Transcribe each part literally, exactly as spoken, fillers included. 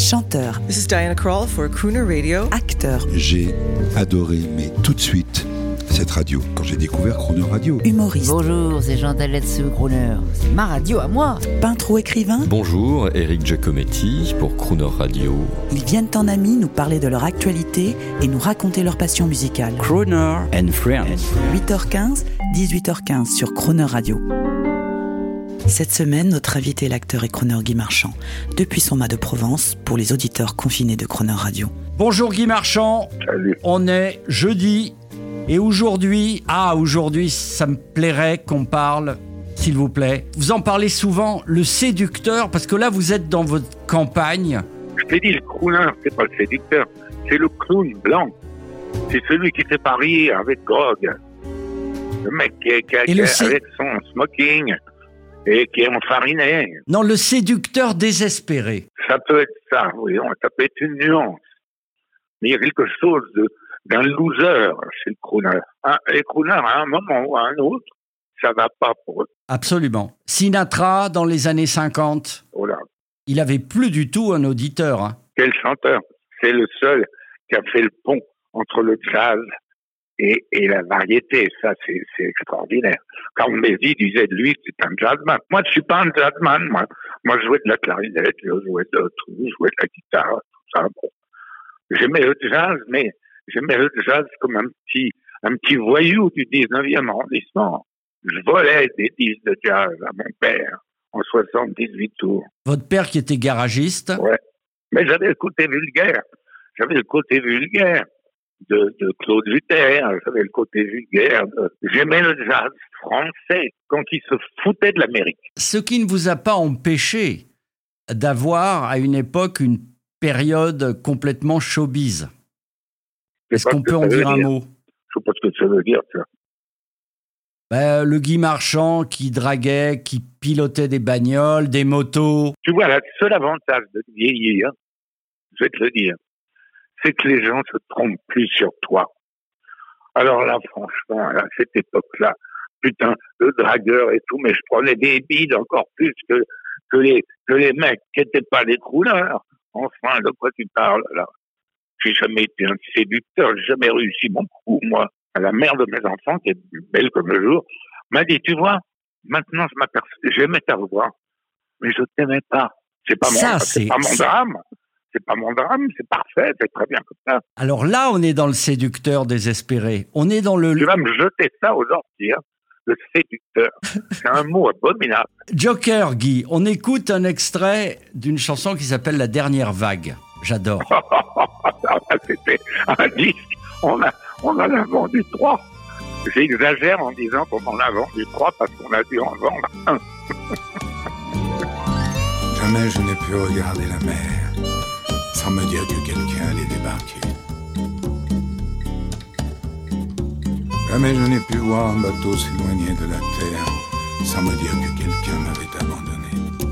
Chanteur. This is Diana Krall for Crooner Radio. Acteur. J'ai adoré, mais tout de suite, cette radio, quand j'ai découvert Crooner Radio. Humoriste. Bonjour, c'est Jean Daletsu, Crooner. C'est ma radio à moi. Peintre ou écrivain. Bonjour, Eric Giacometti pour Crooner Radio. Ils viennent en amis nous parler de leur actualité et nous raconter leur passion musicale. Crooner and Friends. huit heures quinze, dix-huit heures quinze sur Crooner Radio. Cette semaine, notre invité est l'acteur et crooner Guy Marchand, depuis son mât de Provence, pour les auditeurs confinés de Crooner Radio. Bonjour Guy Marchand. Salut. On est jeudi et aujourd'hui, ah aujourd'hui, ça me plairait qu'on parle, s'il vous plaît. Vous en parlez souvent, le séducteur, parce que là vous êtes dans votre campagne. Je t'ai dit, le crooner, c'est pas le séducteur, c'est le clown blanc. C'est celui qui fait parier avec Grog. Le mec qui est, qui est, qui est sé... avec son smoking. Et qui est enfariné. Non, le séducteur désespéré. Ça peut être ça, oui, ça peut être une nuance. Mais il y a quelque chose de, d'un loser chez le crooner. Un, les crooners, à un moment ou à un autre, ça va pas pour eux. Absolument. Sinatra, dans les années cinquante, oh là. Il avait plus du tout un auditeur. Hein. Quel chanteur. C'est le seul qui a fait le pont entre le jazz Et, et la variété, ça, c'est, c'est extraordinaire. Quand Mézy disait de lui, c'est un jazzman. Moi, je suis pas un jazzman, moi. Moi, je jouais de la clarinette, je jouais de tout, je jouais de la guitare, tout ça. Bon. J'aimais le jazz, mais j'aimais le jazz comme un petit, un petit voyou du dix-neuvième arrondissement. Je volais des disques de jazz à mon père en soixante-dix-huit tours. Votre père qui était garagiste? Ouais. Mais j'avais le côté vulgaire. J'avais le côté vulgaire. De, de Claude Luther, j'avais le côté vulgaire. De... J'aimais le jazz français quand il se foutait de l'Amérique. Ce qui ne vous a pas empêché d'avoir à une époque une période complètement showbiz. Est-ce qu'on peut en dire un mot? Je sais pas ce que ça veut dire, ça. Ben, le Guy Marchand qui draguait, qui pilotait des bagnoles, des motos. Tu vois, le seul avantage de vieillir, je vais te le dire, c'est que les gens se trompent plus sur toi. Alors là, franchement, à cette époque-là, putain, le dragueur et tout, mais je prenais des bides encore plus que, que les, que les mecs qui n'étaient pas des crooners. Enfin, de quoi tu parles, là? J'ai jamais été un séducteur, j'ai jamais réussi mon coup, moi. La mère de mes enfants, qui est belle comme le jour, m'a dit, tu vois, maintenant je m'aperçois, j'aimais ta voix, mais je t'aimais pas. C'est pas mon, ça, c'est, c'est pas mon drame. C'est pas mon drame, c'est parfait, c'est très bien comme ça. Alors là, on est dans le séducteur désespéré. On est dans le... Tu vas me jeter ça aux orties, hein, le séducteur. C'est un mot abominable. Joker, Guy, on écoute un extrait d'une chanson qui s'appelle La Dernière Vague. J'adore. C'était un disque. On, a, on en a vendu trois. J'exagère en disant qu'on en a vendu trois parce qu'on a dû en vendre un. Jamais je n'ai pu regarder la mer sans me dire que quelqu'un allait débarquer. Jamais je n'ai pu voir un bateau s'éloigner de la terre sans me dire que quelqu'un m'avait abandonné.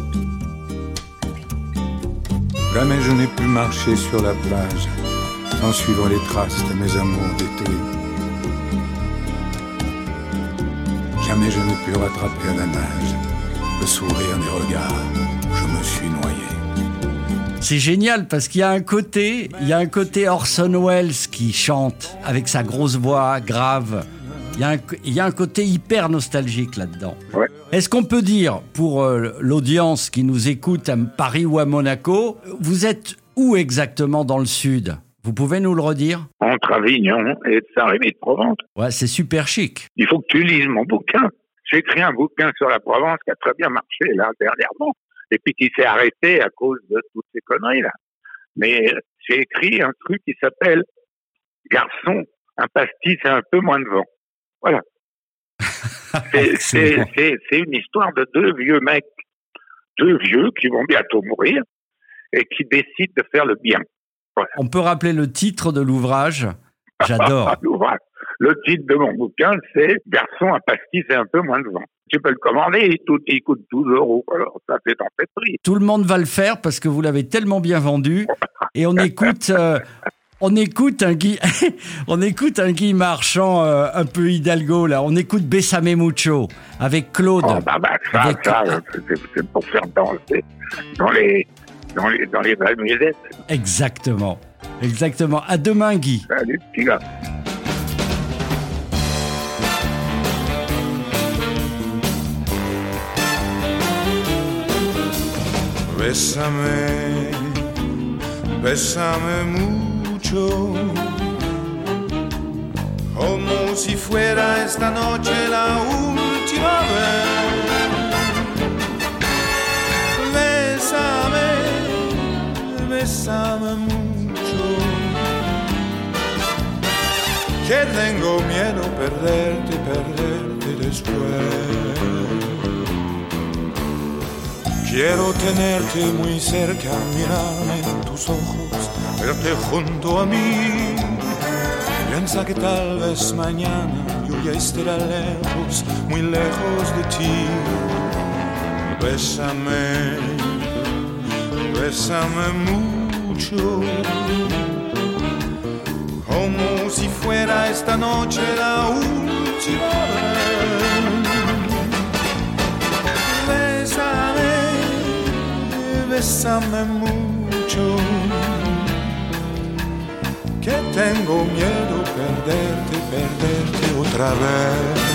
Jamais je n'ai pu marcher sur la plage sans suivre les traces de mes amours d'été. Jamais je n'ai pu rattraper à la nage le sourire des regards où je me suis noyé. C'est génial parce qu'il y a un côté, il y a un côté Orson Welles qui chante avec sa grosse voix grave. Il y a un, il y a un côté hyper nostalgique là-dedans. Ouais. Est-ce qu'on peut dire, pour euh, l'audience qui nous écoute à Paris ou à Monaco, vous êtes où exactement dans le sud? Vous pouvez nous le redire? Entre Avignon et Saint-Rémy de Provence. Ouais, c'est super chic. Il faut que tu lises mon bouquin. J'ai écrit un bouquin sur la Provence qui a très bien marché là dernièrement. Et puis qui s'est arrêté à cause de toutes ces conneries-là. Mais j'ai écrit un truc qui s'appelle « Garçon, un pastis et un peu moins de vent ». Voilà. C'est, c'est, c'est, c'est une histoire de deux vieux mecs, deux vieux qui vont bientôt mourir et qui décident de faire le bien. Voilà. On peut rappeler le titre de l'ouvrage? J'adore. L'ouvrage. Le titre de mon bouquin, c'est « Garçon, un pastis et un peu moins de vent ». Tu peux le commander, il, tout, il coûte douze euros. Alors, ça fait en fait prix. Tout le monde va le faire parce que vous l'avez tellement bien vendu. Et on écoute, euh, on écoute un Guy, on écoute un Guy Marchand euh, un peu Hidalgo là. On écoute Bésame Mucho avec Claude. Oh, bah, bah, ça, avec... ça c'est, c'est pour faire danser dans les dans les, dans les bals musette. Exactement. Exactement. À demain, Guy. Salut, petit gars. Bésame, bésame mucho, como si fuera esta noche la última vez. Bésame, bésame mucho, que tengo miedo perderte, perderte después. Quiero tenerte muy cerca, mirarme en tus ojos, verte junto a mí. Piensa que tal vez mañana yo ya estaré lejos, muy lejos de ti. Bésame, bésame mucho, como si fuera esta noche la última vez. Bésame, bésame mucho, que tengo miedo perderte, perderte otra vez.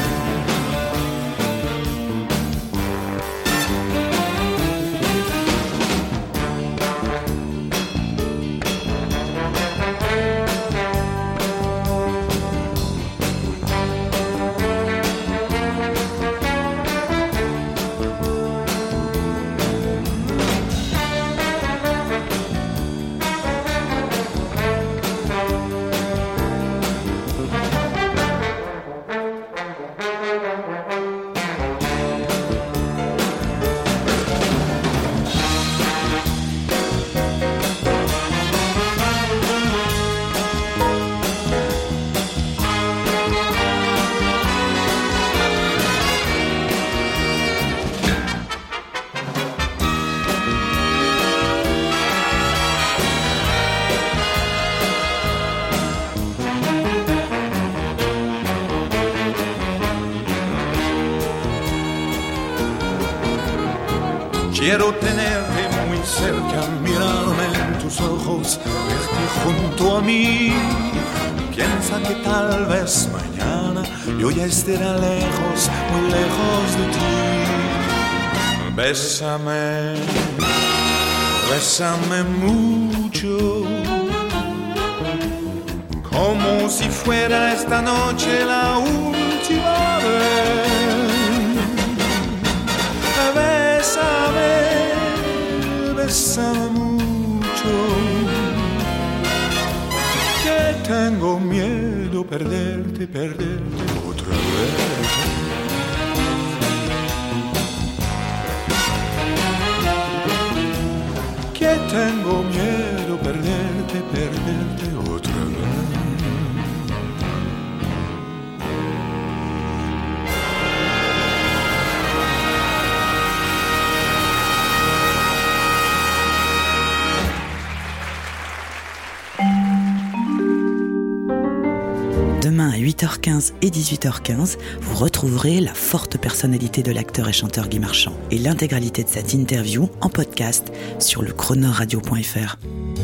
Quiero tenerte muy cerca, mirarme en tus ojos, verte junto a mí. Piensa que tal vez mañana yo ya estaré lejos, muy lejos de ti. Bésame, bésame mucho, como si fuera esta noche la última vez. Bésame, bésame mucho, que tengo miedo perderte, perderte otra vez. Que tengo miedo perderte, perderte otra vez. Demain à huit heures quinze et dix-huit heures quinze, vous retrouverez la forte personnalité de l'acteur et chanteur Guy Marchand et l'intégralité de cette interview en podcast sur le chrono radio point f r.